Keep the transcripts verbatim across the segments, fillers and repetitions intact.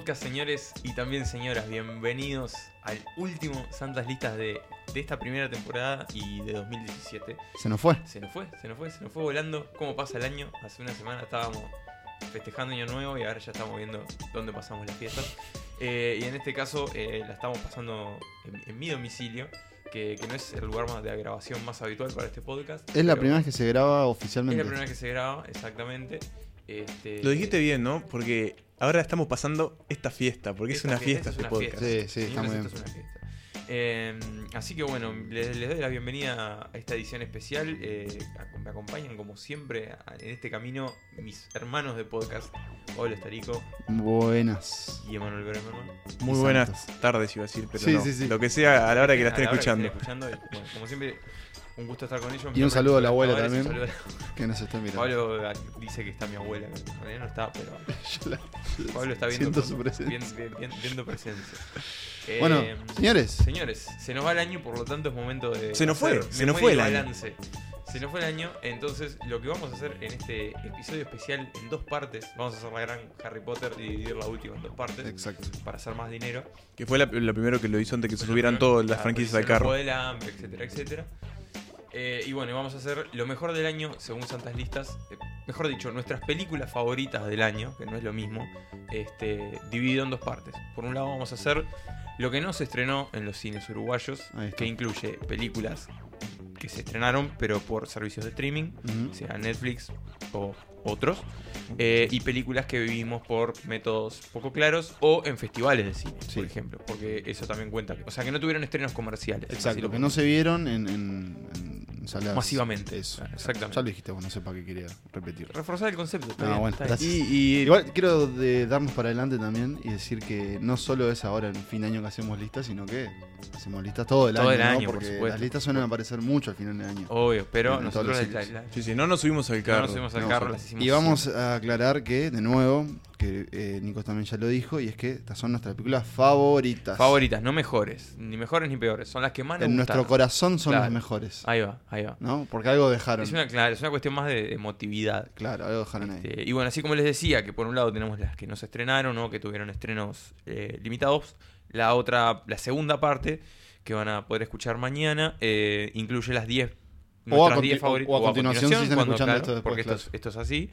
podcast, señores y también señoras. Bienvenidos al último Santas Listas de, de esta primera temporada y de dos mil diecisiete. Se nos fue. Se nos fue, se nos fue, se nos fue volando. ¿Cómo pasa el año? Hace una semana estábamos festejando Año Nuevo y ahora ya estamos viendo dónde pasamos las fiestas. Eh, y en este caso eh, la estamos pasando en, en mi domicilio, que, que no es el lugar más de grabación más habitual para este podcast. Es la primera vez que se graba oficialmente. Es la primera vez que se graba, exactamente. Este, Lo dijiste bien, ¿no? Porque ahora estamos pasando esta fiesta, porque es una fiesta, es este una podcast. fiesta. Sí, sí, está muy bien. Es una fiesta. Eh, así que bueno, les, les doy la bienvenida a esta edición especial. Eh, me acompañan como siempre en este camino mis hermanos de podcast, Pablo Estarico. Buenas. Y Emanuel Bremerman. Muy buenas tardes, iba a decir, pero sí, no. Sí, sí. Lo que sea a la hora que la estén A hora escuchando. Que estén escuchando. Bueno, como siempre, un gusto estar con ellos. Y un saludo a la abuela también, Un saludo a la... que nos está mirando. Pablo dice que está mi abuela, en realidad no está, pero Yo la- Pablo está viendo, siento su presencia. viendo, viendo, viendo presencia. Eh, Bueno, señores. Señores, se nos va el año, por lo tanto es momento de Se nos fue, hacer se nos memoria fue el y año. balance. Se nos fue el año, entonces lo que vamos a hacer en este episodio especial en dos partes, vamos a hacer la gran Harry Potter y dividir la última en dos partes. Exacto. Para hacer más dinero. Que fue la, lo primero que lo hizo antes que se Bueno, subieran primero, todas las la franquicias al Policía carro. del Hambre, etcétera, etcétera. Eh, y bueno, vamos a hacer lo mejor del año según Santas Listas. Eh, mejor dicho, nuestras películas favoritas del año, que no es lo mismo, este, dividido en dos partes. Por un lado vamos a hacer lo que no se estrenó en los cines uruguayos, Ahí está. que incluye películas que se estrenaron pero por servicios de streaming, Ujú. sea Netflix o otros, eh, y películas que vivimos por métodos poco claros o en festivales de cine, Sí. por ejemplo, porque eso también cuenta. O sea, que no tuvieron estrenos comerciales. así Exacto, lo que no se vieron en, en, en salas. Masivamente. Eso. Ah, exactamente. Ya lo dijiste, vos no sé para qué quería repetir. Reforzar el concepto. está Ah, bien, bueno, está bien. gracias. Y, y Igual quiero de darnos para adelante también y decir que no solo es ahora en fin de año que hacemos listas, sino que hacemos listas todo el Todo año, el ¿no? año, por Porque supuesto. las listas suelen aparecer mucho al final del año. Obvio, pero En nosotros todos los la- sitios. la- sí, sí, no nos subimos al no carro. nos subimos al No, carro, sí. las hicimos Y vamos siempre. a aclarar que, de nuevo, que eh, Nico también ya lo dijo, y es que estas son nuestras películas favoritas. Favoritas, no mejores, ni mejores ni peores, son las que más nos En nuestro gustaron. corazón son Claro. las mejores. Ahí va, ahí va. ¿No? Porque algo dejaron. Es una, claro, es una cuestión más de emotividad. Claro, algo dejaron ahí. Este, y bueno, así como les decía, que por un lado tenemos las que no se estrenaron o que tuvieron estrenos eh, limitados, la otra, la segunda parte, que van a poder escuchar mañana, eh, incluye las diez O a nuestras conti- diez favoritas. o a continuación, si están cuando, escuchando claro, esto después, porque claro. esto, es, esto es así.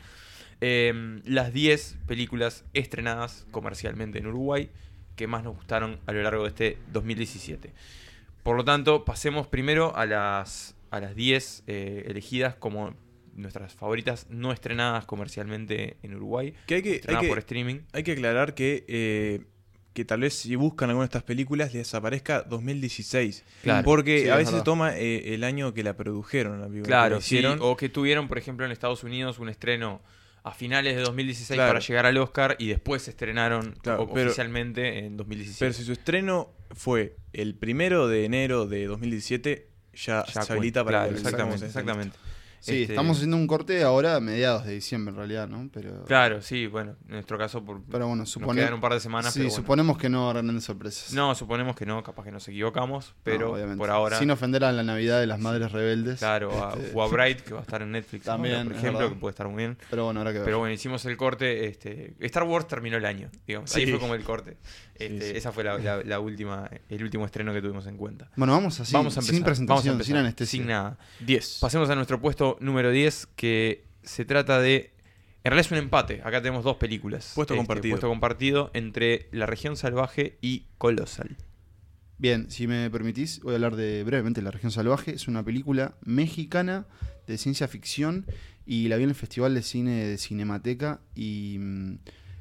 Eh, las diez películas estrenadas comercialmente en Uruguay que más nos gustaron a lo largo de este dos mil diecisiete. Por lo tanto, pasemos primero a las a las diez eh, elegidas como nuestras favoritas no estrenadas comercialmente en Uruguay, Que hay que, hay estrenadas que, por streaming. hay que aclarar que, eh, que tal vez si buscan alguna de estas películas les aparezca dos mil dieciséis. Claro. Porque Sí, a es veces se verdad. toma eh, el año que la produjeron. La película, Claro, que la sí, hicieron. o que tuvieron, por ejemplo, en Estados Unidos un estreno a finales de dos mil dieciséis Claro. para llegar al Oscar y después se estrenaron Claro, o- pero- oficialmente en dos mil diecisiete. Pero si su estreno fue el primero de enero de dos mil diecisiete, ya, Ya se habilita para claro, que lo incluyamos exactamente, en esta exactamente. Sí, Este, estamos haciendo un corte ahora a mediados de diciembre en realidad, ¿no? Pero, Claro, sí, bueno, en nuestro caso por, pero bueno, nos supone- quedan un par de semanas, sí, pero bueno. suponemos que no habrá grandes sorpresas. No, suponemos que no, capaz que nos equivocamos, pero No, obviamente. por ahora, Sin ofender a la Navidad de las Madres Rebeldes. claro, a, Este, o a Bright, que va a estar en Netflix También, ahora, por es ejemplo, verdad. que puede estar muy bien. Pero bueno, habrá que ver. Pero bueno, hicimos el corte. Este, Star Wars terminó el año, digamos. Ahí Sí. fue como el corte. Este, Sí, sí. Esa fue la, la- la última, el último estreno que tuvimos en cuenta. Bueno, vamos así, vamos a empezar. sin presentación, vamos a empezar, sin anestesia. sin nada. diez. Pasemos a nuestro puesto número diez, que se trata de... En realidad es un empate. Acá tenemos dos películas. Puesto compartido. Puesto compartido entre La Región Salvaje y Colossal. Bien, si me permitís, voy a hablar de brevemente La Región Salvaje. Es una película mexicana de ciencia ficción y la vi en el Festival de Cine de Cinemateca y mm,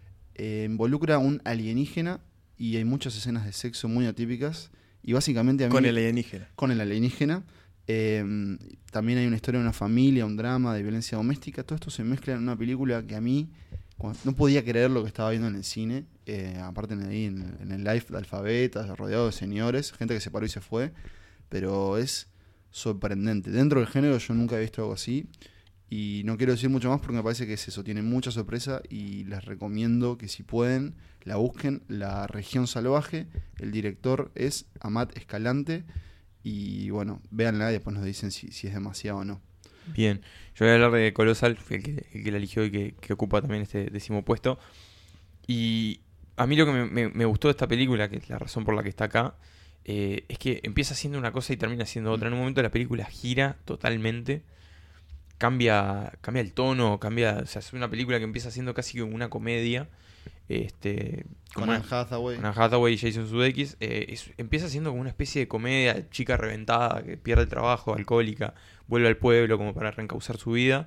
eh, involucra a un alienígena y hay muchas escenas de sexo muy atípicas y básicamente a mí... Con el alienígena. con el alienígena. Eh, también hay una historia de una familia, un drama de violencia doméstica. Todo esto se mezcla en una película que a mí cuando- no podía creer lo que estaba viendo en el cine. Eh, aparte en, ahí en, en el live de alfabetas, rodeado de señores, gente que se paró y se fue. Pero es sorprendente. Dentro del género yo nunca he visto algo así. Y no quiero decir mucho más porque me parece que es eso, tiene mucha sorpresa y les recomiendo que si pueden la busquen. La Región Salvaje. El director es Amat Escalante. Y bueno, véanla y después nos dicen si, si es demasiado o no. Bien, yo voy a hablar de Colossal, el que, el que la eligió y que, que ocupa también este décimo puesto. Y a mí lo que me, me, me gustó de esta película, que es la razón por la que está acá, eh, es que empieza siendo una cosa y termina siendo otra. En un momento la película gira totalmente, cambia cambia el tono, cambia, o sea, es una película que empieza siendo casi como una comedia, este, Con como Anne una- Hathaway. con Anne Hathaway y Jason Sudeikis, eh, es- empieza siendo como una especie de comedia, chica reventada que pierde el trabajo, alcohólica, vuelve al pueblo como para reencauzar su vida.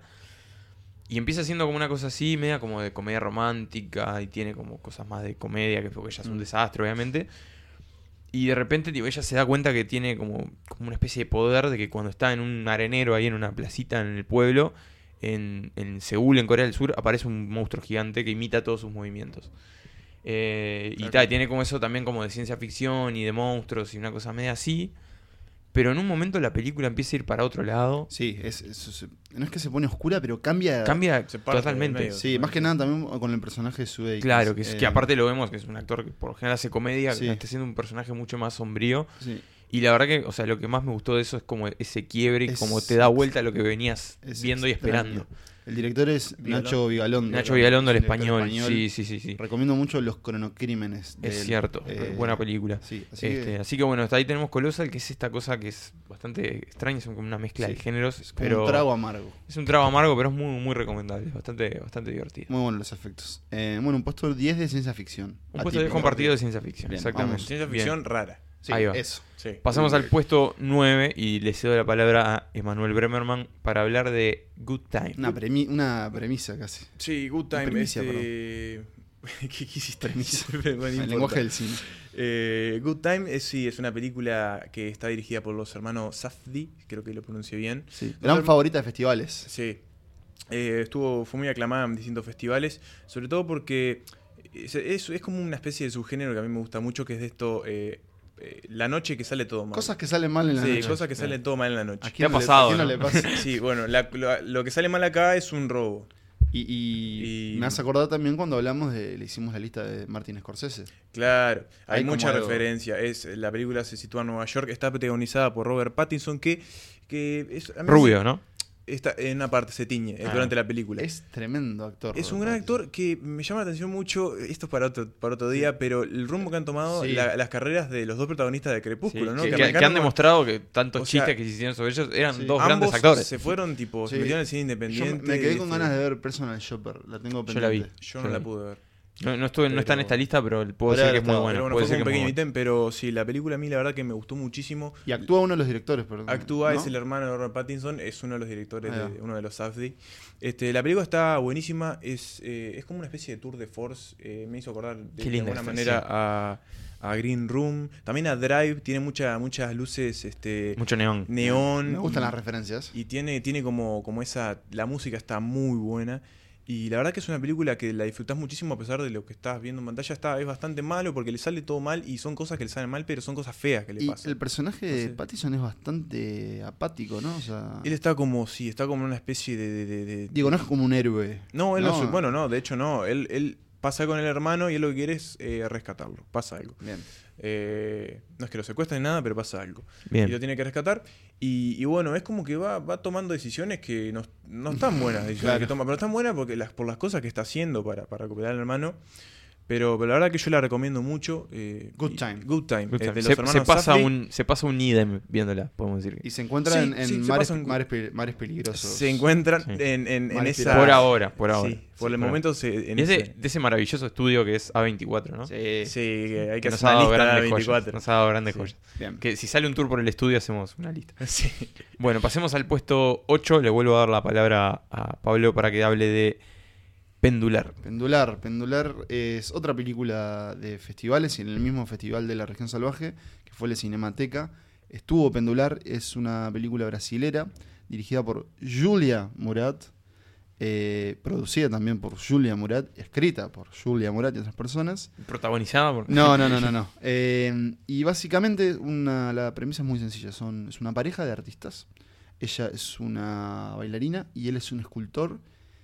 Y empieza siendo como una cosa así, media como de comedia romántica, y tiene como cosas más de comedia, que porque ella es un Mm. desastre, obviamente. Y de repente, tipo, ella se da cuenta que tiene como, como una especie de poder de que cuando está en un arenero ahí en una placita en el pueblo, en, en Seúl, en Corea del Sur, aparece un monstruo gigante que imita todos sus movimientos. Eh, y Claro. tal, tiene como eso también como de ciencia ficción y de monstruos y una cosa media así. Pero en un momento la película empieza a ir para otro lado. Sí, es, es- es- no es que se pone oscura, pero cambia. Cambia Se parte totalmente. del medio. Sí, más que nada también con el personaje de Sudeikis. Claro, que, es, que Eh, aparte lo vemos que es un actor que por lo general hace comedia, Sí. que está siendo un personaje mucho más sombrío. Sí, Y la verdad que, o sea, lo que más me gustó de eso es como ese quiebre, Es- como te da vuelta a lo que venías es viendo y extraño. esperando. El director es Vigalondo. Nacho Vigalondo. Nacho Vigalondo, el Es un director español. Sí, sí, sí, sí. Recomiendo mucho Los Cronocrímenes. de Es él. cierto, Eh, buena película. Sí, así Este, que así que bueno, hasta ahí tenemos Colossal, que es esta cosa que es bastante extraña, es como una mezcla Sí, de géneros, es como pero un trago amargo. es un trago amargo, pero es muy, muy recomendable, es bastante, bastante divertido. Muy buenos los efectos. Eh, bueno, un puesto diez de ciencia ficción. Un puesto de Atípico. compartido de ciencia ficción, Bien, exactamente. vamos. Ciencia Bien. ficción rara. Sí, Ahí va. eso. Sí. Pasamos al puesto nueve y le cedo la palabra a Emanuel Bremerman para hablar de Good Time. Una, premi- una premisa casi. Sí, Good Time. Primicia, este... ¿Qué quisiste? Premisa. Pero no El importa. lenguaje del cine. Eh, Good Time es, sí, es una película que está dirigida por los hermanos Safdie, creo que lo pronuncio bien. Sí. Los Gran herma- favorita de festivales. Sí. Eh, estuvo, fue muy aclamada en distintos festivales, sobre todo porque es, es- es como una especie de subgénero que a mí me gusta mucho, que es de esto, eh, eh, la noche que sale todo mal. Cosas que salen mal en la sí, noche. cosas que salen todo mal en la noche. ¿A quién ha no le- pasado, a quién no no? le pasa? Sí, bueno, la- lo, lo que sale mal acá es un robo. Y, y Y- me has acordado también cuando hablamos de. Le hicimos la lista de Martin Scorsese. Claro, hay, Hay como mucha algo- referencia. Es, la película se sitúa en Nueva York, está protagonizada por Robert Pattinson, que, que es, a mí Rubio, ¿no? está en una parte se tiñe eh, Ah. durante la película. Es tremendo actor. Es un Robert gran actor que me llama la atención mucho, esto es para otro, para otro día, pero el rumbo que han tomado Sí. la- las carreras de los dos protagonistas de Crepúsculo, Sí, ¿no? que, que- arrancaron que han con- demostrado que tantos o sea, chistes que se hicieron sobre ellos eran sí. dos ambos grandes actores. se fueron, tipo, se Sí. metieron en el cine Yo independiente. me, me quedé con este, ganas de ver Personal Shopper. La tengo Yo la vi. pendiente. Yo Yo no la la vi. pude ver. No, no, estuve, no está en Pero- esta lista, pero puedo Podría decir que es haber muy estado, buena. Pero bueno, puede fue ser como un que es muy pequeño buena. ítem, pero sí, la película a mí la verdad que me gustó muchísimo. Y actúa uno de los directores, perdón. Actúa, ¿no? es el hermano de Robert Pattinson, es uno de los directores Ah, de ya. uno de los Safdie. Este, la película está buenísima, es, eh, es como una especie de tour de force, eh, me hizo acordar de, Qué de linda alguna esta, manera sí. a, a Green Room, también a Drive, tiene mucha, muchas luces este, Mucho neón. neón. Me gustan y, las referencias. y tiene, tiene como, como esa, la música está muy buena. Y la verdad que es una película que la disfrutás muchísimo a pesar de lo que estás viendo en pantalla. Está, es bastante malo porque le sale todo mal y son cosas que le salen mal, pero son cosas feas que le Y pasan. el personaje de Entonces- Pattinson es bastante apático, ¿no? O sea, Él está como, sí, está como en una especie de... de- de- de- digo, no es como un héroe. No, él no, No. es- bueno, no, de hecho no. Él, él pasa con el hermano y él lo que quiere es eh, rescatarlo. Pasa algo. Bien. Eh, no es que lo secuestren ni nada, pero pasa algo. Y Bien. lo tiene que rescatar. Y, y bueno, es como que va, va tomando decisiones que no, no están buenas, decisiones Claro. que toma, pero están buenas porque las, por las cosas que está haciendo para, para recuperar al hermano. Pero, pero la verdad que yo la recomiendo mucho. eh, Good y- Time. Good Time. Good eh, time. de los Se, hermanos se pasa Safdie. un, se pasa un idem viéndola, podemos decir. Y se encuentra Sí, en, en sí, se mares, pasa un- mares, pe- mares peligrosos. Se encuentran Sí. en, en, en Mares esa... piratas. Por ahora, por ahora. Sí, por Sí, el por momento se, en Y es de, ese- de ese maravilloso estudio que es A veinticuatro, ¿no? Sí. Sí, que hay que Que nos hacer ha una dado lista de grandes joyas. veinticuatro. Nos ha dado grandes Sí. joyas. Bien. Que si sale un tour por el estudio hacemos una lista. Sí. Bueno, pasemos al puesto ocho. Le vuelvo a dar la palabra a Pablo para que hable de Pendular. Pendular. Pendular es otra película de festivales y en el mismo festival de la región salvaje, que fue la Cinemateca. Estuvo Pendular, es una película brasilera dirigida por Julia Murat, eh, producida también por Julia Murat, escrita por Julia Murat y otras personas. Protagonizada por... No, no, no, no. no. Eh, y básicamente una, la premisa es muy sencilla. Son, es una pareja de artistas. Ella es una bailarina y él es un escultor.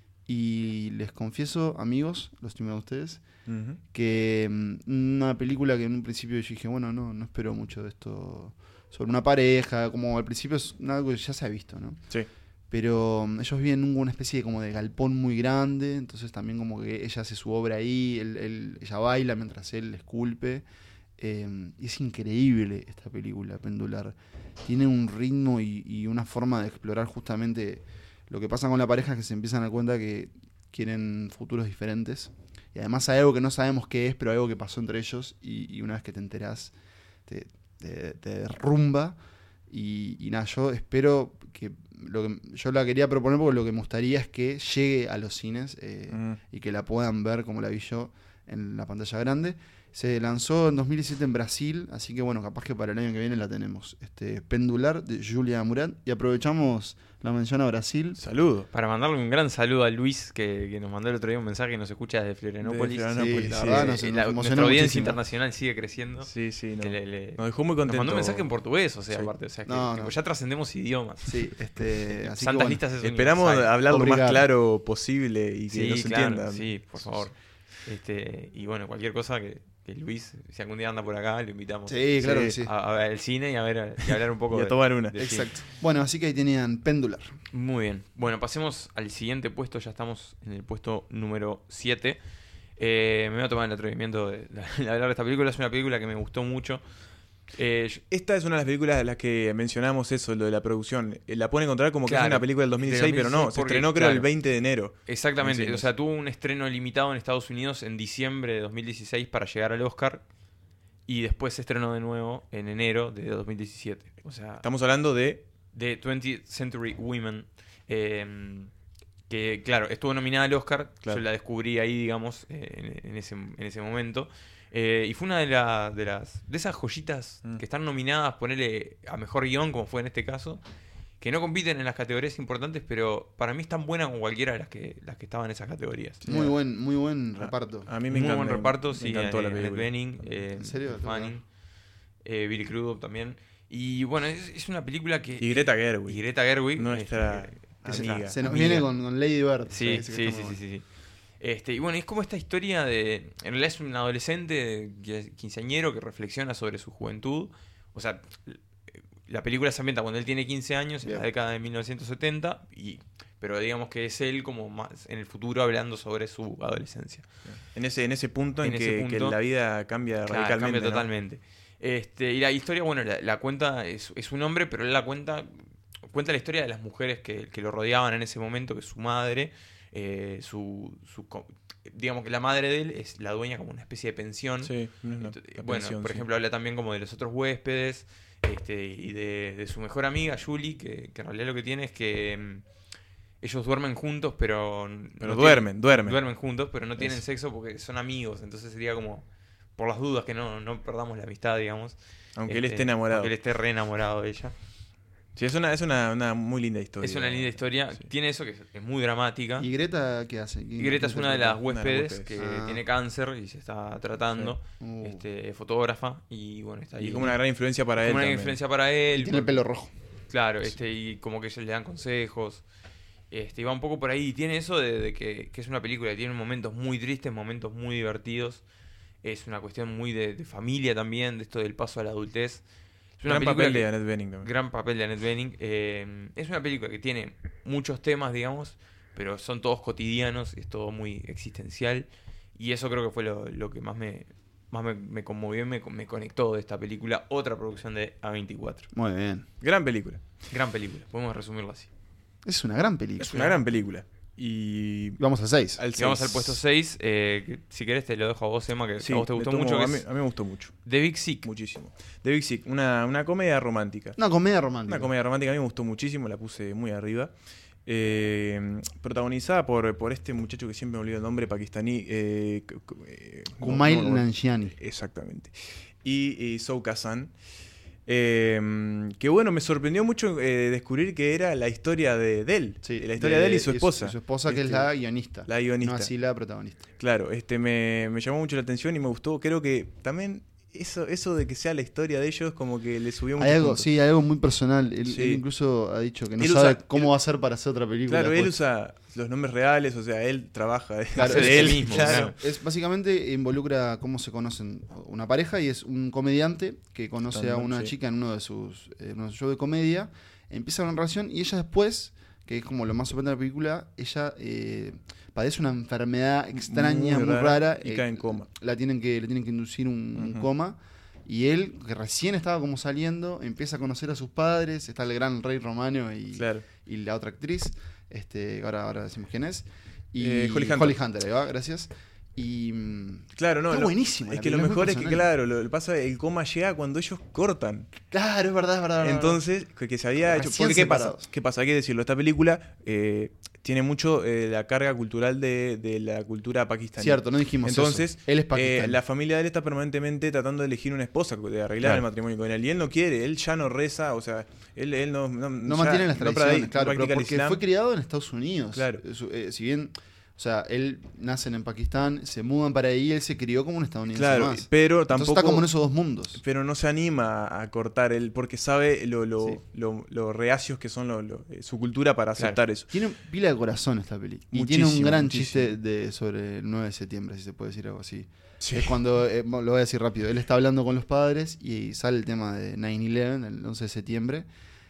Y les confieso, amigos, los estoy mirando a ustedes, Ujú. que mm, una película que en un principio yo dije, bueno, no, no espero mucho de esto sobre una pareja, como al principio es algo que ya se ha visto, ¿no? Sí. Pero um, ellos viven en una especie de, como de galpón muy grande, entonces también como que ella hace su obra ahí, él, él- ella baila mientras él esculpe. Eh, y es increíble esta película, Pendular. Tiene un ritmo y, y una forma de explorar justamente lo que pasa con la pareja, que se empiezan a dar cuenta que quieren futuros diferentes. Y además hay algo que no sabemos qué es, pero algo que pasó entre ellos y, y una vez que te enterás te, te, te derrumba. Y, y nada, yo espero que, lo que... Yo la quería proponer porque lo que me gustaría es que llegue a los cines eh, Mm. y que la puedan ver como la vi yo en la pantalla grande. Se lanzó en dos mil diecisiete en Brasil, así que bueno, capaz que para el año que viene la tenemos. Este, Pendular de Julia Murat. Y aprovechamos la mención a Brasil. Saludos. Para mandarle un gran saludo a Luis, que, que nos mandó el otro día un mensaje que nos escucha desde Florianópolis. Desde Florianópolis, Sí, la sí. verdad, Eh, nos, la- nos nuestra emocionó audiencia muchísimo. internacional sigue creciendo. Sí, sí, no. Que le- le- Nos dejó muy nos contentos. mandó un mensaje en portugués, o sea, Sí. aparte. O sea, que, No, tipo, no. ya trascendemos idiomas. Sí, este, así que Santas bueno. listas es un Esperamos universal. hablar lo más Obrigado. claro posible y que Sí, nos claro, entiendan. sí, por favor. Este, y bueno, cualquier cosa que, que Luis, si algún día anda por acá, lo invitamos Sí, claro Sí. que sí. a, a ver el cine y a ver y a hablar un poco Y a de- tomar una. de cine. Exacto. Bueno, así que ahí tenían Pendular. Muy bien. Bueno, pasemos al siguiente puesto. Ya estamos en el puesto número siete. Eh, me voy a tomar el atrevimiento de, de hablar de esta película. Es una película que me gustó mucho. Eh, yo- Esta es una de las películas de las que mencionamos eso, lo de la producción. Eh, La pueden encontrar como que Claro, es una película del dos mil de dieciséis, pero no, se porque, estrenó creo claro. el veinte de enero. exactamente. en cines. O sea, tuvo un estreno limitado en Estados Unidos en diciembre de dos mil dieciséis para llegar al Oscar. Y después se estrenó de nuevo en enero de dos mil diecisiete. O sea, Estamos hablando de... de twentieth Century Women. eh, que, claro, estuvo nominada al Oscar. Claro. Yo la descubrí ahí, digamos, eh, en, en ese, en ese momento. Eh, y fue una de, la- de las de esas joyitas Mm. que están nominadas, ponerle a mejor guión, como fue en este caso, que no compiten en las categorías importantes, pero para mí es tan buena como cualquiera de las que, las que estaban en esas categorías. Sí. Muy buen, muy buen Ah, reparto. A mí me Muy encanta. buen reparto, me sí. encantó eh, la Annette película. Bening, eh, ¿En serio? Fanning, eh, Billy Crudup también. Y bueno, es, es una película que... Y Greta Gerwig. y Greta Gerwig. Nuestra este, Que se- amiga. se nos amiga. viene con, con Lady Bird. Sí, Parece que sí, está sí, muy sí, sí, sí. Este, y bueno, es como esta historia de... En realidad es un adolescente que- quinceañero que reflexiona sobre su juventud. O sea, la película se ambienta cuando él tiene quince años, en Bien. la década de mil novecientos setenta, y, pero digamos que es él como más en el futuro hablando sobre su adolescencia. En ese, en ese punto en, En ese que, punto. que la vida cambia Claro, radicalmente. cambia ¿no? totalmente. Este, y la historia, bueno, la, la cuenta es, es un hombre, pero él la cuenta cuenta la historia de las mujeres que, que lo rodeaban en ese momento, que es su madre, eh, su, su co- digamos que la madre de él es la dueña como una especie de pensión. Sí, no es una- Ent- una bueno, pensión, por sí. ejemplo, habla también como de los otros huéspedes, este, y de, de su mejor amiga, Julie, que, que en realidad lo que tiene es que mm, ellos duermen juntos, pero... Pero no duermen, tienen- duermen. Duermen juntos, pero no tienen Es- sexo porque son amigos, entonces sería como... Por las dudas que no, no perdamos la amistad, digamos. Aunque él Este, esté enamorado. Aunque él esté re enamorado de ella. Sí, es una, es una, una muy linda historia. Es una linda historia. Sí. Tiene eso que es, es muy dramática. ¿Y Greta qué hace? Y Greta es una de las Una de las huéspedes que huéspedes. Ah. tiene cáncer y se está tratando. Uh, Este, fotógrafa. Y bueno, está ahí. Y como una gran influencia para como él. una también. influencia para él. y tiene el pelo rojo. Claro, este, y como que ellos le dan consejos. Este, y va un poco por ahí. Y tiene eso de, de que, que es una película que tiene momentos muy tristes, momentos muy divertidos. Es una cuestión muy de, de familia también, de esto del paso a la adultez. Es una Gran película papel que- de Annette Bening también. Gran papel de Annette Bening. Eh, es una película que tiene muchos temas, digamos, pero son todos cotidianos, es todo muy existencial. Y eso creo que fue lo, lo que más me, más me, me conmovió y me, me conectó de esta película. Otra producción de A veinticuatro. Muy bien. Gran película. Gran película, podemos resumirlo así. Es una gran película. Es una gran película. Y Vamos al seis. al Y vamos seis. al puesto seis. Eh, si querés te lo dejo a vos, Emma, que Sí, a vos te me gustó tomo- mucho. Que a, mí, es a mí me gustó mucho. The Big Sick. Muchísimo. The Big Sick, una, una comedia romántica. Una comedia romántica. Una comedia romántica a mí me gustó muchísimo, la puse muy arriba. Eh, protagonizada por, por este muchacho que siempre me olvido el nombre, pakistaní. Eh, c- c- eh, no- Kumail no- no- Nanjiani. Exactamente. Y, y Zoe Kazan. Eh, que bueno, me sorprendió mucho eh, descubrir que era la historia de, de él. Sí, la historia de, él y su esposa. Y su esposa, que es Este, la guionista. la guionista. No así la protagonista. Claro, este me, me llamó mucho la atención y me gustó. Creo que también eso, eso de que sea la historia de ellos como que le subió mucho. Hay algo, sí, hay algo muy personal. Él, Sí. él incluso ha dicho que no Él sabe usa- cómo él- va a ser para hacer otra película. Claro, él después. usa los nombres reales, o sea, él trabaja de, Claro, hace es de él él mismo, claro. claro. Es básicamente involucra cómo se conocen una pareja y es un comediante que conoce a También, una sí. chica en uno de sus, eh, uno de sus shows de comedia, empieza una relación y ella después que es como lo más sorprendente de la película, ella eh, padece una enfermedad extraña, muy, muy rara. rara, y eh, cae en coma. La tienen que, le tienen que inducir un, un Ujú. coma. Y él, que recién estaba como saliendo, empieza a conocer a sus padres. Está el gran rey romano y, Claro. y la otra actriz. Este, ahora, ahora decimos quién es. Y Eh, Holly Hunter. Hunter, ahí va, gracias. Y mm, Claro, no. está lo- buenísima. Es la que lo película, mejor muy es que, personal. claro, lo que pasa el coma llega cuando ellos cortan. Claro, es verdad, es verdad. es verdad. Entonces, que, que se había hecho. Recién Porque, ¿qué pasa? separados. ¿Qué pasa? Hay que decirlo. Esta película eh, tiene mucho eh, la carga cultural de, de la cultura pakistaní. Cierto, no dijimos Entonces, eso. Él es eh, pakistaní. la familia de él está permanentemente tratando de elegir una esposa, de arreglar Claro. el matrimonio con él. Y él no quiere, él ya no reza, o sea, él, él no, no, No ya mantiene las no tradiciones, pra- claro, pero practica el porque Islam. fue criado en Estados Unidos. Claro. Eh, su- eh, si bien, o sea, él nacen en Pakistán, se mudan para ahí, él se crió como un estadounidense Claro, más. pero Entonces tampoco. está como en esos dos mundos. Pero no se anima a cortar él porque sabe lo, lo, Sí. lo, lo reacios que son lo- lo- eh, su cultura para Claro. aceptar eso. Tiene pila de corazón esta peli. Y Muchísimo, tiene un gran muchísimo. chiste de, sobre el nueve de septiembre, si se puede decir algo así. Sí. Es cuando, eh, bueno, lo voy a decir rápido, él está hablando con los padres y sale el tema de nueve once, el once de septiembre,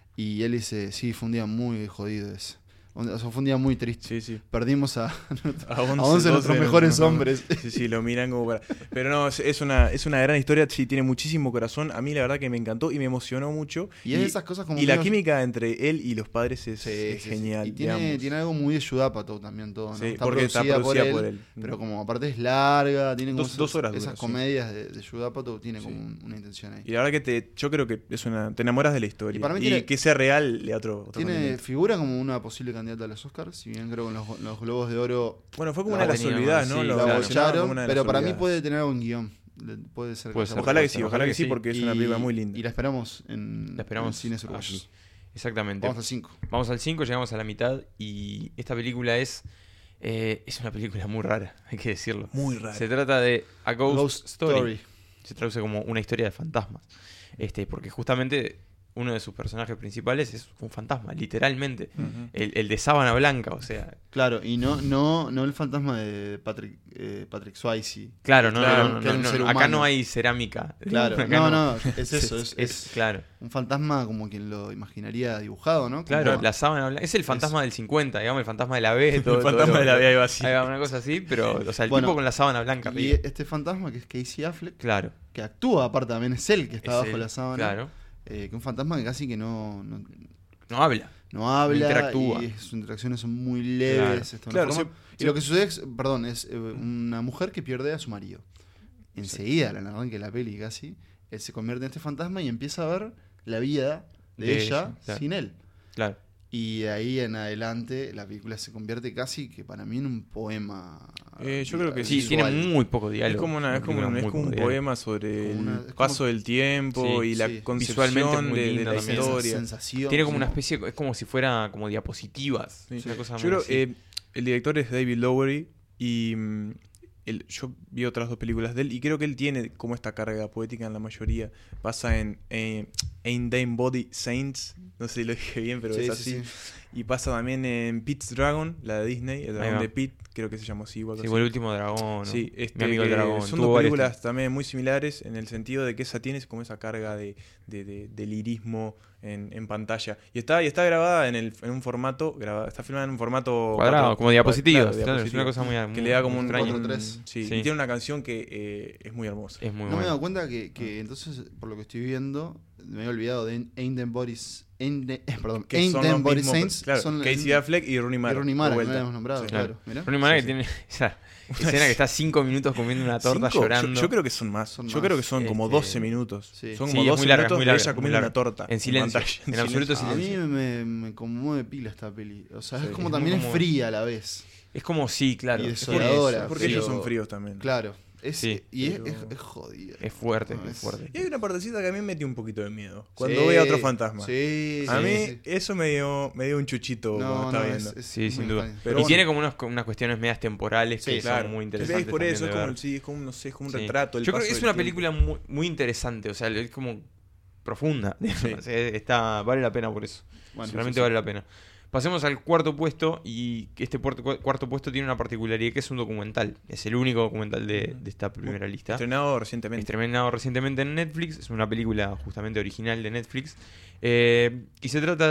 y él dice, sí, fue un día muy jodido ese. O sea, fue un día muy triste. Sí, sí. Perdimos a, A a once de nuestros doce, mejores no, no. hombres. Sí, sí, lo miran como para... Pero no, es, es una, es una gran historia, sí, tiene muchísimo corazón. A mí la verdad que me encantó y me emocionó mucho. Y es de esas cosas como y la medio- química entre él y los padres es, Sí, es sí, sí. genial. Y tiene, digamos. tiene algo muy de Yudapato también todo, ¿no? Sí, Está porque está producida por producida él, por él. pero como aparte es larga, tiene como Dos- esas, dos horas esas dura, sí. comedias de, de Yudapato, tiene Sí. como un- una intención ahí. Y la verdad que te, yo creo que es una, te enamoras de la historia. Y para mí Y tiene- que sea real le da otro, otro Tiene condimento. figura como una posible candidata a los Oscars, si bien creo que en los, los Globos de Oro Bueno, fue como La una de las tenía olvidadas, más, ¿no? sí, Lo la claro. mencionaban bocharon, como una de las pero para mí olvidadas. puede tener algún guión. Le- Puede ser. Puede que ser. sea Ojalá que buena. sí, Ojalá ojalá que que sí, sí. porque es una Y- película muy linda. Y la esperamos en, La esperamos en cines uruguayos. aquí. Exactamente. Vamos al cinco. Vamos al cinco, llegamos a la mitad y esta película es eh, es una película muy rara, hay que decirlo. Muy rara. Se trata de A Ghost, Ghost Story. Story. Se traduce como una historia de fantasmas. Este, porque justamente uno de sus personajes principales es un fantasma, literalmente. Ujú. El, el de sábana blanca, o sea. Claro, y no, no, no el fantasma de Patrick, eh, Patrick Swayze. Claro, no, Claro, no, no, que era no, un no, ser acá humano. no hay cerámica. Claro, Acá no, no, es eso, es, es, es claro. un fantasma como quien lo imaginaría dibujado, ¿no? Claro, Como- la sábana blanca. Es el fantasma del cincuenta, digamos, el fantasma de la B. Todo, El fantasma todo- de la B, ahí va así. Ahí va, una cosa así, pero, o sea, el Bueno, tipo con la sábana blanca. Y arriba. este fantasma que es Casey Affleck, Claro. que actúa aparte también, es él que está es bajo el- la sábana. Claro. Eh, que un fantasma que casi que no, no, No habla. no habla, interactúa. y sus interacciones son muy leves. Claro. está de una Claro, forma- sí, y lo que sucede es, perdón, es eh, una mujer que pierde a su marido. Enseguida, al arranque de la peli casi, él se convierte en este fantasma y empieza a ver la vida de, De ella, ella, claro. sin él. Claro. Y de ahí en adelante la película se convierte casi que para mí en un poema. Eh, yo creo que Sí, visual. tiene muy poco diálogo. Es como, una, es como, película un, es muy como un poco diálogo. poema sobre Como una- el es como- paso del tiempo Sí, y la sí. concepción Visualmente es muy de, de linda la también. Esa historia. sensación. Tiene como sí. una especie, es como si fuera como diapositivas. Sí. Es una cosa Yo muy creo, así. eh, el director es David Lowery y mm, él- yo vi otras dos películas de él y creo que él tiene como esta carga poética en la mayoría. Pasa en eh, Ain't Them Body Saints, no sé si lo dije bien, pero Sí, es sí, así. sí. Y pasa también en Pete's Dragon, la de Disney, el dragón va. de Pete, creo que se llama así. o algo Sí, así. fue el último dragón. ¿no? Sí, este, Mi amigo el que dragón. son Tuvo dos varios películas temas. también muy similares en el sentido de que esa tiene como esa carga de, de, de- de lirismo en, en pantalla. Y está, y está grabada en, el, en un formato, grabada, está filmada en un formato Cuadrado, cuatro- como diapositivas. claro, Claro, es una diapositivas. cosa muy, Que muy- le da como muy un... extraña. cuatro un- tres. sí, Sí. Y tiene una canción que eh, es muy hermosa. Es muy No me he bueno. dado cuenta que, que entonces, por lo que estoy viendo, me había olvidado de Ain't Them Bodies. Ain't the- eh, perdón, Que Ain't son Them los Body mismos- Saints. claro, son Casey el- Affleck y Rooney y Mara. Rooney de Mara, que no vuelta. habíamos nombrado, Sí. claro. Mirá. Rooney Mara Sí, que tiene esa escena que está cinco minutos comiendo una torta ¿Cinco? llorando. Yo, yo creo que son más. Son yo más. creo que son como Este, doce minutos. sí. Son Sí, como es doce muy larga, minutos muy de larga, ella muy comiendo larga. una torta. En silencio, pantalla, en absoluto A mí silencio. me, me conmueve pila esta peli. O sea, Sí. es como Es también muy es como- fría a la vez. Es como sí, claro. Y es desoladora, eso, Porque sí. ellos son fríos también. Claro. Es, Sí, y es, pero- es, es jodida. Es fuerte, No, es es- Y fuerte. hay una partecita que a mí me metió un poquito de miedo. Cuando Sí, ve a otro fantasma. Sí, A sí, mí sí. eso me dio, me dio un chuchito cuando No, estaba no, viendo. es, es Sí, muy sin duda. extraño. Pero y bueno. tiene como unos- unas cuestiones medias temporales que Sí, son claro. muy Que interesantes. veis por eso, es también de como, ver. sí, es como, no sé, es como un Sí. retrato. el Yo creo paso que es del una tiempo. película muy, muy interesante, o sea, es como profunda. digamos, eh, Está, vale la pena por eso. Bueno, Realmente sí, sí. vale la pena. Pasemos al cuarto puesto y este puerto- cu- cuarto puesto tiene una particularidad que es un documental. Es el único documental de, de esta primera lista. Estrenado recientemente. Estrenado recientemente en Netflix. Es una película justamente original de Netflix. Eh, y se trata de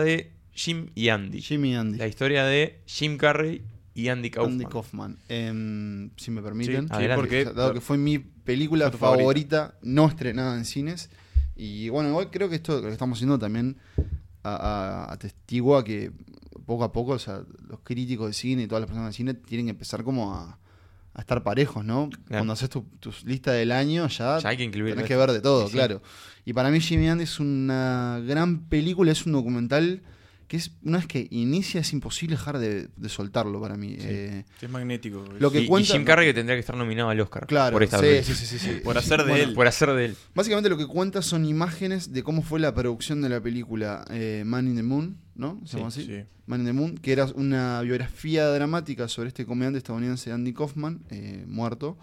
Jim y Andy. Jim y Andy. La historia de Jim Carrey y Andy Kaufman. Andy Kaufman. Em, si me permiten. Sí, Adelante. porque Dado que fue mi película Fue tu favorita. favorita, no estrenada en cines. Y bueno, igual creo que esto lo que estamos haciendo también a- a- atestigua que poco a poco, o sea, los críticos de cine y todas las personas de cine tienen que empezar como a, a estar parejos, ¿no? Cuando haces tu, tu lista del año ya, Ya hay que incluir tenés esto. que ver de todo, Sí, sí. claro. Y para mí Jimmy Andy es una gran película, es un documental que es una vez que inicia es imposible dejar de, de soltarlo para mí. Sí. Eh, Es magnético. Lo que y, y cuenta- Jim Carrey que tendría que estar nominado al Oscar. claro, por esta sí, película. sí, sí, sí, sí. Por hacer de él. Por hacer de él. Básicamente lo que cuenta son imágenes de cómo fue la producción de la película eh, Man in the Moon, ¿no? ¿Se llama así? Sí. Man in the Moon, que era una biografía dramática sobre este comediante estadounidense Andy Kaufman, eh, muerto,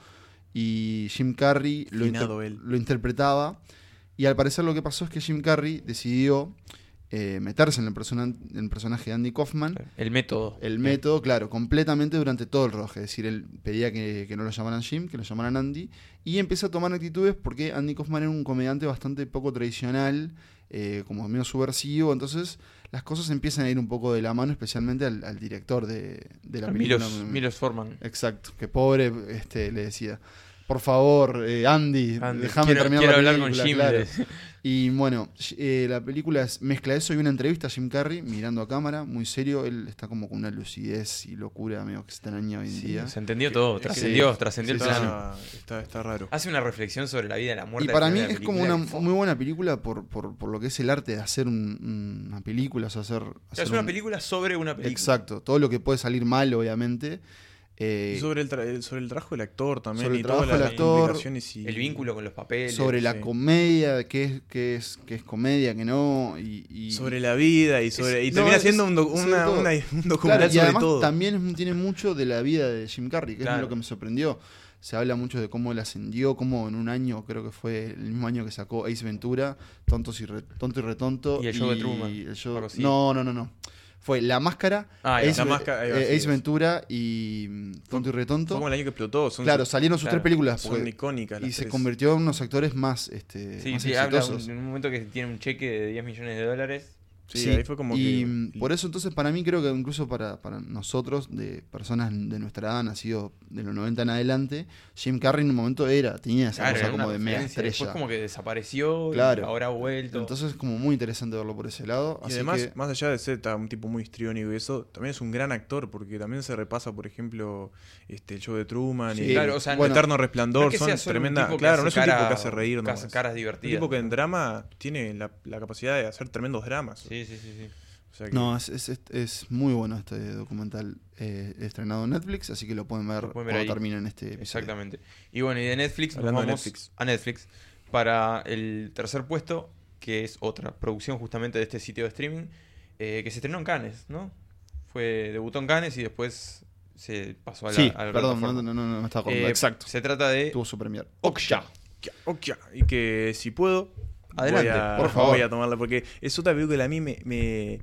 y Jim Carrey lo, Finado inter- él. lo interpretaba, y al parecer lo que pasó es que Jim Carrey decidió eh, meterse en el, persona- en el personaje de Andy Kaufman, El método. el método, claro, completamente durante todo el rodaje. Es decir, él pedía que, que no lo llamaran Jim, que lo llamaran Andy. Y empieza a tomar actitudes porque Andy Kaufman era un comediante bastante poco tradicional, eh, como medio subversivo. Entonces las cosas empiezan a ir un poco de la mano, especialmente al, al director de, de la película. Milos, Milos Forman. Exacto, que pobre este, le decía. Por favor, eh, Andy, Andy, déjame quiero, terminar quiero la hablar con película, Jim. claro. le- Y bueno, eh, la película es, mezcla eso y una entrevista a Jim Carrey mirando a cámara, muy serio. Él está como con una lucidez y locura medio extraña hoy en día. Se entendió todo, Es que- trascendió, sí, trascendió sí, el sí, plano. Está, está, está raro. Hace una reflexión sobre la vida y la muerte. Y para al mí final de es la como película una que fue- muy buena película por, por, por lo que es el arte de hacer un- una película, o sea, hacer... O sea, hacer es una un- película sobre una película. Exacto, todo lo que puede salir mal, obviamente. Eh, Y sobre el, tra- el- sobre el trabajo del actor también. Sobre el y todas trabajo del las actor, implicaciones y- El vínculo con los papeles. sobre la sí. comedia, qué es, qué es, qué es comedia, qué no. Y, y- Sobre la vida y sobre. y no, termina es- siendo un, doc- sobre una- todo. una- un Claro, documental y sobre además todo. también es- tiene mucho de la vida de Jim Carrey, que Claro. es lo que me sorprendió. Se habla mucho de cómo él ascendió, cómo en un año, creo que fue el mismo año que sacó Ace Ventura, Tontos y re- Tonto y Retonto. Y el show de Truman, el show- algo así. No, no, no, no. Fue La Máscara, Ah, ahí va. Ace, La Máscara, ahí va, eh, sí, Ace sí. Ventura y mm, Tonto y Fue Retonto. como el año que explotó. Son, Claro, salieron sus claro, tres películas. son porque- icónicas. las y se tres. convirtió en unos actores más, este, Sí, más sí, habla exitosos. un- en un momento que tiene un cheque de diez millones de dólares. Sí, Sí, ahí fue como y que. mm, por eso entonces para mí creo que incluso para, para nosotros, de personas de nuestra edad, nacidos de los noventa en adelante, Jim Carrey en un momento era, tenía esa Claro, cosa era una como de mega referencia. Después estrella. como que desapareció Claro. y ahora ha vuelto. Entonces es como muy interesante verlo por ese lado. Y Así además, que, más allá de ser ta- un tipo muy histriónico y eso, también es un gran actor, porque también se repasa, por ejemplo, este el show de Truman Sí, y claro, o sea, el bueno, Eterno no Resplandor, es que son sea solo un tremenda. tipo que Claro, hace no es un tipo cara- que hace reír cas- nomás. caras Un divertidas. tipo que en drama tiene la, la capacidad de hacer tremendos dramas. Sí, sí, sí, sí. O sea que- no, es, es, es- es muy bueno este documental eh, estrenado en Netflix, así que lo pueden ver, Lo pueden ver cuando ahí. terminen este episodio. Exactamente. Y bueno, y de Netflix nos Hablando de vamos Netflix. a Netflix para el tercer puesto, que es otra producción justamente de este sitio de streaming, eh, que se estrenó en Cannes, ¿no? Fue, debutó en Cannes y después se pasó a la, Sí, a la perdón, no, plataforma. no, no, no me estaba acordando. Eh, Exacto. Se trata de Tuvo su premier. Okja. Ok, y que si puedo, Adelante, voy a, por favor. voy a tomarla, porque es otra película que a mí me, me,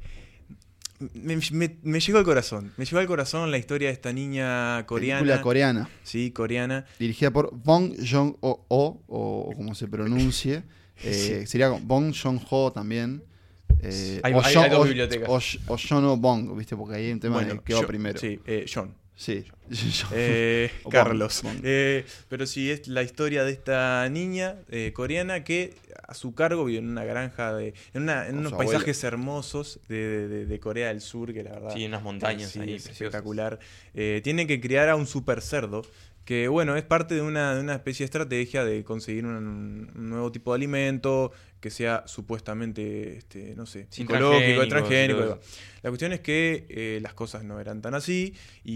me, me- me llegó al corazón. Me llegó al corazón la historia de esta niña coreana. Película coreana. Sí, coreana. Dirigida por Bong Joon-ho, o, o como se pronuncie. Eh, sería Bong Joon-ho también. Eh, Hay- o hay- John- hay dos o- bibliotecas. O, o John Bong, ¿viste? Porque ahí hay un tema de que va yo- primero. Sí, eh, John. Sí. Eh, O Bong, Carlos. Bong. Eh, pero sí, es la historia de esta niña eh, coreana que a su cargo vive en una granja, de, en, una- en Con unos su paisajes hermosos de, de- de Corea del Sur, que la verdad Sí, unas montañas sí, ahí es preciosas. espectacular. Eh, tiene que criar a un super cerdo. Que bueno, es parte de una, de una especie de estrategia de conseguir un, un nuevo tipo de alimento que sea supuestamente, este, no sé, Sin psicológico, transgénicos y transgénico. todo ahí va. La cuestión es que eh, las cosas no eran tan así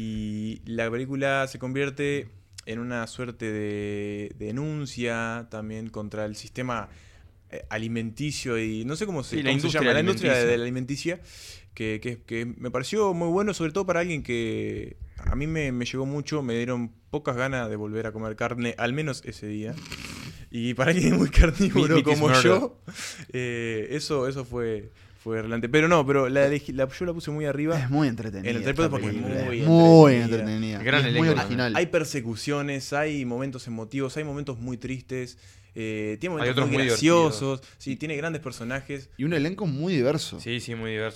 y la película se convierte en una suerte de denuncia también contra el sistema eh, alimenticio y no sé cómo se, Sí, la cómo se industria llama, la industria de, alimenticia. de la alimenticia, que, que- que me pareció muy bueno, sobre todo para alguien que a mí me, me llegó mucho, me dieron pocas ganas de volver a comer carne, al menos ese día. Y para alguien muy carnívoro Meat is como murder. yo, eh, eso, eso fue, fue relante. Pero no, pero la, elegí- la- yo la puse muy arriba. Es muy entretenida. En el esta tercer porque es película. muy Es muy entretenida. entretenida. Gran Y es elenco muy también. original. Hay persecuciones, hay momentos emotivos, hay momentos muy tristes, eh, tiene momentos otros muy muy graciosos, sí, tiene grandes personajes. Y un elenco muy diverso. Sí, sí, muy diverso.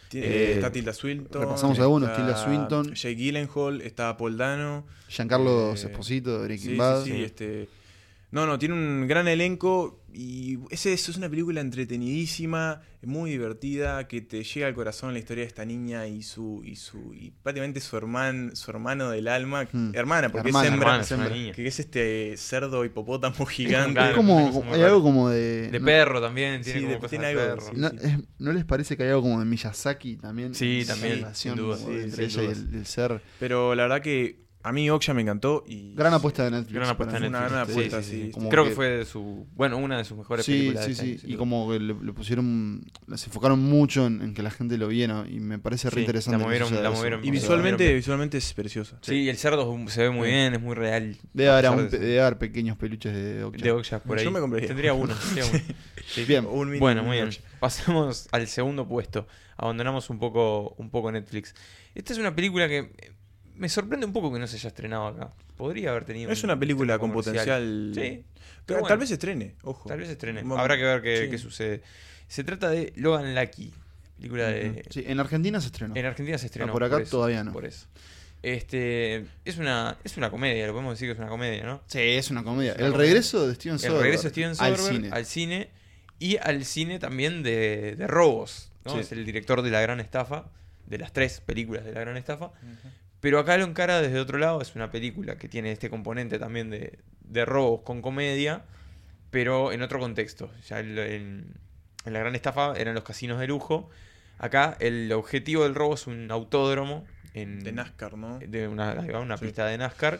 Tiene- Eh, está Tilda Swinton. repasamos algunos, está Tilda Swinton. Jake Gyllenhaal, está Paul Dano. Giancarlo Eh, Esposito de Breaking Sí, Bad. sí, sí, este... No, no, tiene un gran elenco y ese, eso es una película entretenidísima, muy divertida, que te llega al corazón la historia de esta niña y su y su y prácticamente su hermano, su hermano del alma, Hmm. hermana, porque Hermana, es hembra, hermana, es una hembra. niña. que es este cerdo hipopótamo gigante. Claro, Es como, una cosa muy hay rara. algo como de... De no, perro también, tiene Sí, como de- cosas tiene de algo, perro. sí. no, es- ¿no les parece que hay algo como de Miyazaki también? Sí, Esa también, relación sin duda, como sí, entre sin ella y dudas. el, el ser. Pero la verdad que a mí Okja me encantó y Gran apuesta de Netflix. Gran apuesta para de mí. Netflix. Una gran Sí, apuesta, sí, sí, sí. sí. Como Creo que- que fue de su, bueno, una de sus mejores Sí, películas. sí, de este sí. año, sin Y duda. como que le, le pusieron, se enfocaron mucho en, en que la gente lo viera y me parece re Sí, interesante. la que movieron- suceda la eso. movieron y Sí, visualmente bien. visualmente es preciosa. Sí, y el cerdo se ve muy Sí. bien, es muy real. Debe haber, A aún pesar pe- de- debe haber pequeños peluches de Okja. de Okja por ahí. Yo me compraría. Tendría uno. tendría uno. Sí. Bien. Un mini- Bueno, muy bien. Okja. Pasamos al segundo puesto. Abandonamos un poco, un poco Netflix. Esta es una película que eh, me sorprende un poco que no se haya estrenado acá. Podría haber tenido. Es un una película estreno con comercial. potencial. Sí. Tal, pero bueno. tal vez se estrene, ojo. Tal vez se estrene. Vamos- Habrá que ver qué, sí. qué sucede. Se trata de Logan Lucky. Película de. Ujú. Sí, en Argentina se estrenó. En Argentina se estrenó. Ah, por acá eso, todavía no. Por eso. Este, es una, es una comedia, lo podemos decir que es una comedia, ¿no? Sí, es una comedia. Es una el comedia. regreso de Steven El Soderbergh regreso de Steven al Soderbergh cine. al cine y al cine también de, de robos, ¿no? Sí. Es el director de La Gran Estafa, de las tres películas de La Gran Estafa. Pero acá lo encara desde otro lado, es una película que tiene este componente también de, de robos con comedia, pero en otro contexto. Ya en, en- en La Gran Estafa eran los casinos de lujo. Acá el objetivo del robo es un autódromo. En, De NASCAR, ¿no? de una, ahí va, una Sí. pista de NASCAR.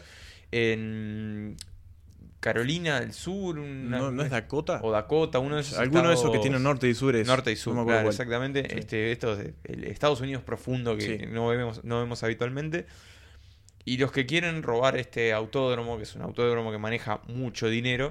En Carolina del Sur. Una, ¿No, ¿No es Dakota? o Dakota, uno de esos Alguno de esos que estados- tienen norte y sur es. Norte y sur, no me acuerdo claro, cuál. exactamente. Sí. Este, esto es el Estados Unidos profundo que Sí. no vemos, no vemos habitualmente. Y los que quieren robar este autódromo, que es un autódromo que maneja mucho dinero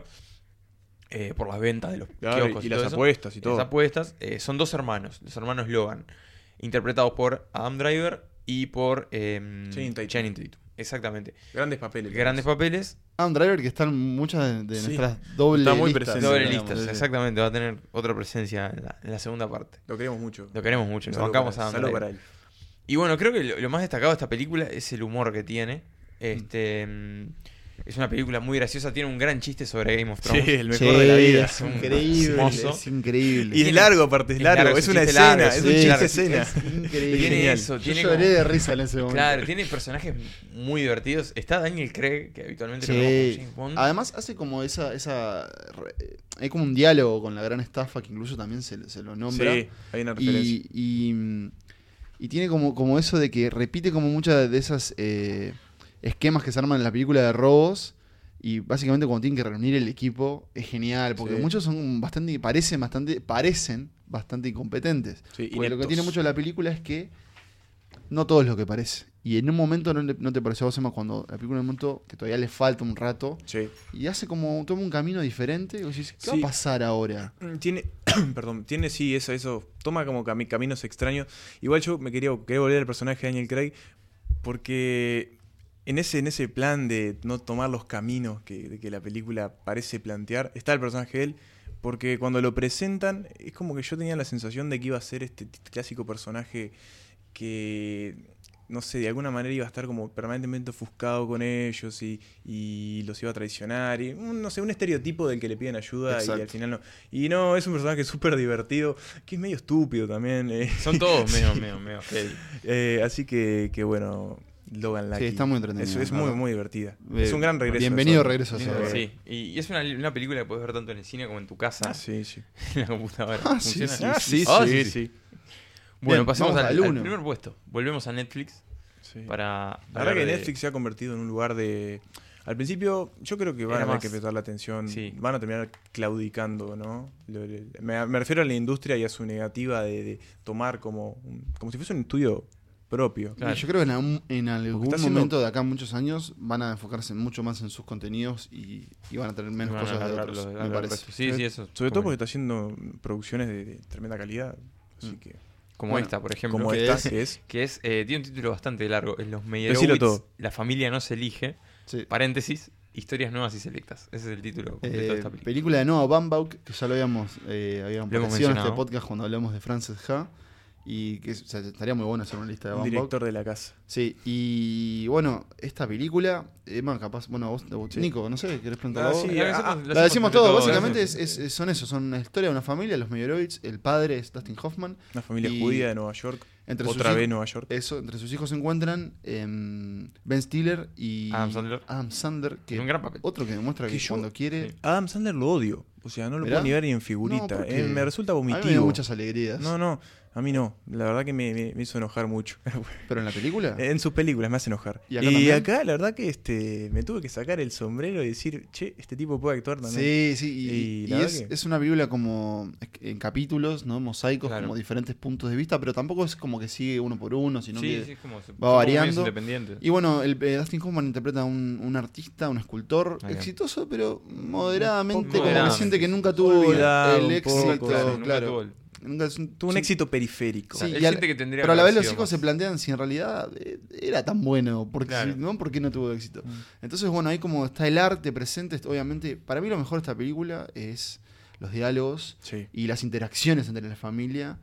eh, por las ventas de los Claro, kioscos y todo las eso, apuestas y y todo. las apuestas, eh, son dos hermanos, los hermanos Logan, interpretados por Adam Driver y por eh, Channing Tatum. Channing Tatum. Exactamente. Grandes papeles. Grandes papeles, Adam Driver que está en muchas de, de Sí. nuestras doble Está muy listas. presente, doble digamos, listas, sí. exactamente. Va a tener otra presencia en la, en la segunda parte. Lo queremos mucho. Lo queremos mucho, lo Salud bancamos para- a Adam salud Driver. para él. Y bueno, creo que lo, lo más destacado de esta película es el humor que tiene. Este mm, es una película muy graciosa, tiene un gran chiste sobre Game of Sí, Thrones. el mejor Sí, de la vida. es increíble, hermoso. es increíble. Y es Tiene- largo, aparte, es es largo. largo, Es es un una chiste escena, largo, es es un un chiste largo, escena. Es increíble. Tiene Genial. eso, Yo tiene lloré como- de risa en ese momento. Claro, tiene personajes muy divertidos. Está Daniel Craig, que habitualmente lo Sí. vemos como James Bond. Además hace como esa, esa re- hay como un diálogo con la gran estafa que incluso también se, se lo nombra. Sí, hay una referencia. y, y, y tiene como, como eso de que repite como muchas de esas eh, esquemas que se arman en la película de robos. Y básicamente cuando tienen que reunir el equipo es genial, porque Sí. muchos son bastante, parecen bastante, parecen bastante incompetentes. Sí, Porque lo que ineptos. tiene mucho la película es que no todo es lo que parece. Y en un momento no, le- no te pareció a vos, Emma, cuando la película en un momento que todavía le falta un rato Sí. y hace como, toma un camino diferente y vos decís, ¿qué va Sí. a pasar ahora? Mm, Tiene, perdón, tiene sí eso, eso, toma como cami- caminos extraños. Igual yo me quería, quería volver al personaje de Daniel Craig porque en ese, en ese plan de no tomar los caminos que, de que la película parece plantear, está el personaje de él, porque cuando lo presentan es como que yo tenía la sensación de que iba a ser este t- clásico personaje que, no sé, de alguna manera iba a estar como permanentemente ofuscado con ellos y, y los iba a traicionar, y un, no sé, un estereotipo del que le piden ayuda y Exacto. al final no. Y no, es un personaje súper divertido, que es medio estúpido también. eh. Son todos medio, medio, medio heavy. Eh, así que, que bueno, Logan Lucky. Sí, está muy entretenida, Es, es la muy, verdad. muy divertida. Eh, es un gran regreso. bienvenido eso. regreso a Soderbergh. Sí, y, y es una, una película que puedes ver tanto en el cine como en tu casa, Ah, sí, sí. en la computadora. Ah, sí, ¿Funciona? sí, Ah, sí, Ah, sí, sí. Bueno, Bien, pasamos vamos al, al al uno. primer puesto. Volvemos a Netflix Sí. para... La verdad que hablar de- Netflix se ha convertido en un lugar de... Al principio, yo creo que van Era a tener más- que prestar la atención. Sí. Van a terminar claudicando, ¿no? Lo- lo- Me, me refiero a la industria y a su negativa de, de tomar como, un- como si fuese un estudio propio. Claro. Y yo creo que en algún, en algún está haciendo- momento de acá a muchos años van a enfocarse mucho más en sus contenidos y, y van a tener menos Van a cosas de agarrar otros, lo- me agarrar el parece. resto. Sí, sí, eso. Sobre todo como- porque está haciendo producciones de, de tremenda calidad. Así Mm. que... Como Bueno, esta, por ejemplo. Como que esta, es- que es... que es eh, tiene un título bastante largo. En los Decilo Meyerowitz, todo. la familia no se elige. Sí. Paréntesis, historias nuevas y selectas. Ese es el título completo de Eh, esta película. película de Noah Baumbach, que ya lo habíamos, eh, habíamos Lo hemos aparecido en este mencionado. podcast cuando hablamos de Frances Ha. Y que o sea, estaría muy bueno hacer una lista de Un Bang Bok. director de la casa. Sí, y bueno, esta película, Emma, capaz, bueno, vos, vos, Sí. Nico, no sé, ¿querés preguntar Ah, vos? sí, La, ah, hacemos- La decimos todo, entre básicamente todos. es, es- son eso, son una historia de una familia, los Meyerowitz, el padre es Dustin Hoffman, Una familia Y- judía de Nueva York. entre Otra sus vez hij- Nueva York. eso, entre sus hijos se encuentran em, Ben Stiller y Adam Sandler. Adam Sandler, que En un gran papel. otro que demuestra que, Que yo- cuando quiere... Sí. Adam Sandler lo odio. O sea, no lo ¿Mirá? puedo ni ver ni en No, figurita. ¿por qué? Eh, me resulta A mí me da vomitivo. muchas alegrías. No, no, a mí no. La verdad que me, me- me hizo enojar mucho. Pero en la película... En sus películas me hace enojar. ¿Y Y acá acá, también? la verdad que este me tuve que sacar el sombrero y decir, che, este tipo puede actuar también. Sí, sí, y, Y y la verdad es, que- es una película como en capítulos, ¿no? Mosaicos, Claro. como diferentes puntos de vista, pero tampoco es como que sigue uno por uno, sino Sí, que... sí, es como, son va como variando. medios independientes. Y bueno, el, eh, Dustin Hoffman interpreta a un, un artista, un escultor Ahí va. exitoso, pero moderadamente, como que Moderadamente. siente que nunca tuvo Olvidado el un éxito, poco, claro, claro. nunca tuvo el- Nunca es un- Tuvo un sí, éxito periférico. Sí, Él y al- siente que tendría pero a que la haber vez los sido hijos más. se plantean si en realidad eh, era tan bueno, porque Claro. si no, ¿por qué no tuvo éxito? Mm. Entonces, bueno, ahí como está el arte presente, obviamente, para mí lo mejor de esta película es los diálogos Sí. y las interacciones entre la familia.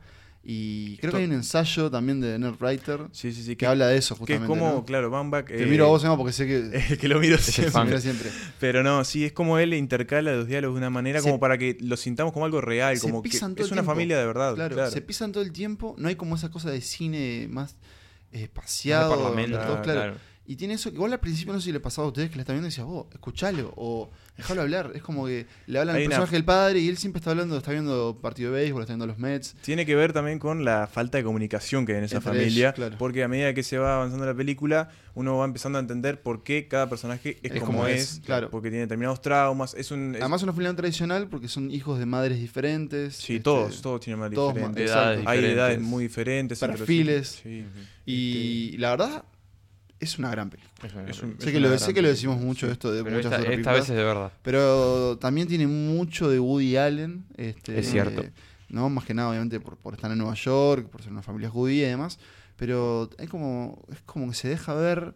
Y creo Esto- que hay un ensayo también de Ned Writer Sí, sí, sí. que Que, habla de eso que es justamente. como, ¿no? claro, Baumbach. Te eh, miro a vos, Emma, porque sé que el que lo miro el siempre. fan. mira siempre. Pero no, sí, es como él intercala los diálogos de una manera Se- como para que lo sintamos como algo real, se como que pisan todo es el una tiempo. familia de verdad. Claro, Claro, se pisan todo el tiempo, no hay como esa cosa de cine más eh, De espaciado. parlamento, donde todos, claro. claro. Y tiene eso que igual al principio no sé si le pasaba a ustedes que le están viendo y decías, vos, escuchalo o dejalo hablar. Es como que le hablan al Hay una- personaje del padre y él siempre está hablando, está viendo partido de béisbol, está viendo los Mets. Tiene que ver también con la falta de comunicación que hay en esa Entre familia, ellos, claro. porque a medida que se va avanzando la película, uno va empezando a entender por qué cada personaje es, Es como, como es, es, claro. porque tiene determinados traumas, es un... es- Además es una familia tradicional porque son hijos de madres diferentes. sí, este, todos, todos tienen más todos diferentes. ma- Edades exacto. Hay diferentes. edades muy diferentes. entre los Perfiles. hijos. Sí, Y la verdad, es una gran película. Es una Es gran un- Sé que, lo, una sé gran que lo película, decimos mucho sí. esto de Pero muchas esta, otras esta películas. vez es de verdad. Pero también tiene mucho de Woody Allen. Este, Es cierto. ¿no? Más que nada, obviamente, por, por estar en Nueva York, por ser una familia judía y demás. Pero es como, es como que se deja ver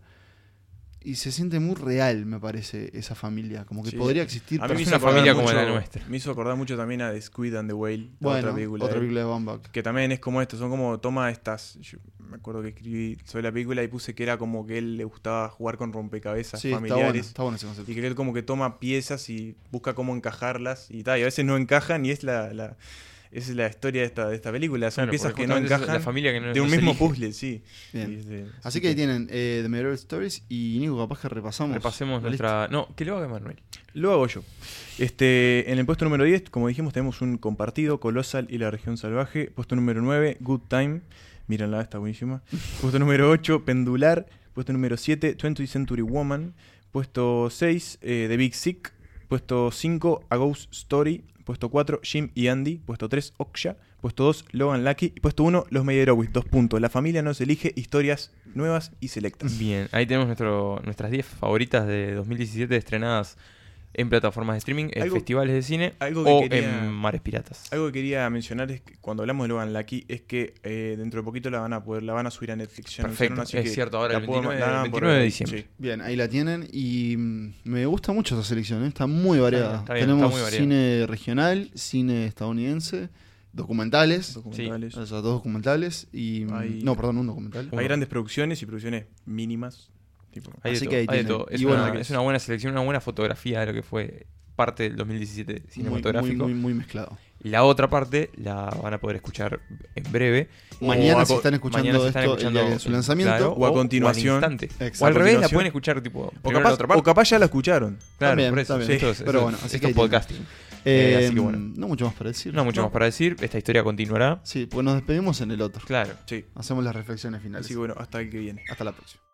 y se siente muy real, me parece, esa familia. Como que Sí. podría existir. A mí me Es hizo una acordar familia como mucho- la nuestra. Me hizo acordar mucho también a The Squid and the Whale, la Bueno, otra película. otra de él, película de Baumbach. que también es como esto, son como toma estas. Yo me acuerdo que escribí sobre la película y puse que era como que él le gustaba jugar con rompecabezas Sí, está bueno, familiares. está bueno ese concepto. Y que él como que toma piezas y busca cómo encajarlas y tal. Y a veces no encajan y es la, la, esa es la historia de esta, de esta película. Son Claro, piezas porque que no justamente es encajan la familia que no- de un no se mismo elige. puzzle, sí. Bien. Y es de- Así que ahí tienen eh, The Mirror Stories y Nico, capaz que repasamos. Repasemos la lista. nuestra. No, que lo haga Manuel. Lo hago yo. Este, en el puesto número diez, como dijimos, tenemos un compartido, Colossal y la región salvaje. Puesto número nueve, Good Time. Mírenla, está buenísima. Puesto número ocho, Pendular. Puesto número siete, twentieth Century Woman. Puesto seis, eh, The Big Sick. Puesto cinco, A Ghost Story. Puesto cuatro, Jim y Andy. Puesto tres, Okja. Puesto dos, Logan Lucky. Y puesto uno, Los Meyerowitz. Dos puntos. La familia nos elige historias nuevas y selectas. Bien, ahí tenemos nuestro, nuestras diez favoritas de dos mil diecisiete estrenadas en plataformas de streaming, en Algo- festivales de cine algo que o quería- en mares piratas. Algo que quería mencionar es que cuando hablamos de Logan Lucky es que eh, dentro de poquito la van a poder, la van a subir a Netflix. Ya Perfecto, anunciaron, así es que cierto, ahora la el puedo- veintinueve la dan por- veintinueve de diciembre. sí. Bien, ahí la tienen y mm, me gusta mucho esa selección, ¿eh? Está muy variada. Está bien, está Tenemos muy variada. cine regional, cine estadounidense, documentales, Documentales. o sea, dos documentales y... mm, Hay- No, perdón, un documental. Hay grandes producciones y producciones mínimas. Tipo, Hay de Así todo, que ahí hay de tienen. todo. Es, Y una, bueno, es una buena selección, una buena fotografía de lo que fue parte del dos mil diecisiete Muy, muy, cinematográfico. muy, muy mezclado. La otra parte la van a poder escuchar en breve. Mañana a si co- están escuchando mañana si están esto, escuchando el día de su lanzamiento. claro, o a continuación. al instante. Exacto. O al A revés, la continuación. pueden escuchar tipo o, primero la capaz, otra parte. o capaz ya la escucharon. Claro, También, por eso. también. sí, esto es- Pero esto- bueno, así esto que es ahí podcasting. Eh, Eh, así que bueno. No mucho más para decir. No mucho No. más para decir. Esta historia continuará. Sí, pues nos despedimos en el otro. Claro. Sí. Hacemos las reflexiones finales. Así que bueno, hasta el que viene. Hasta la próxima.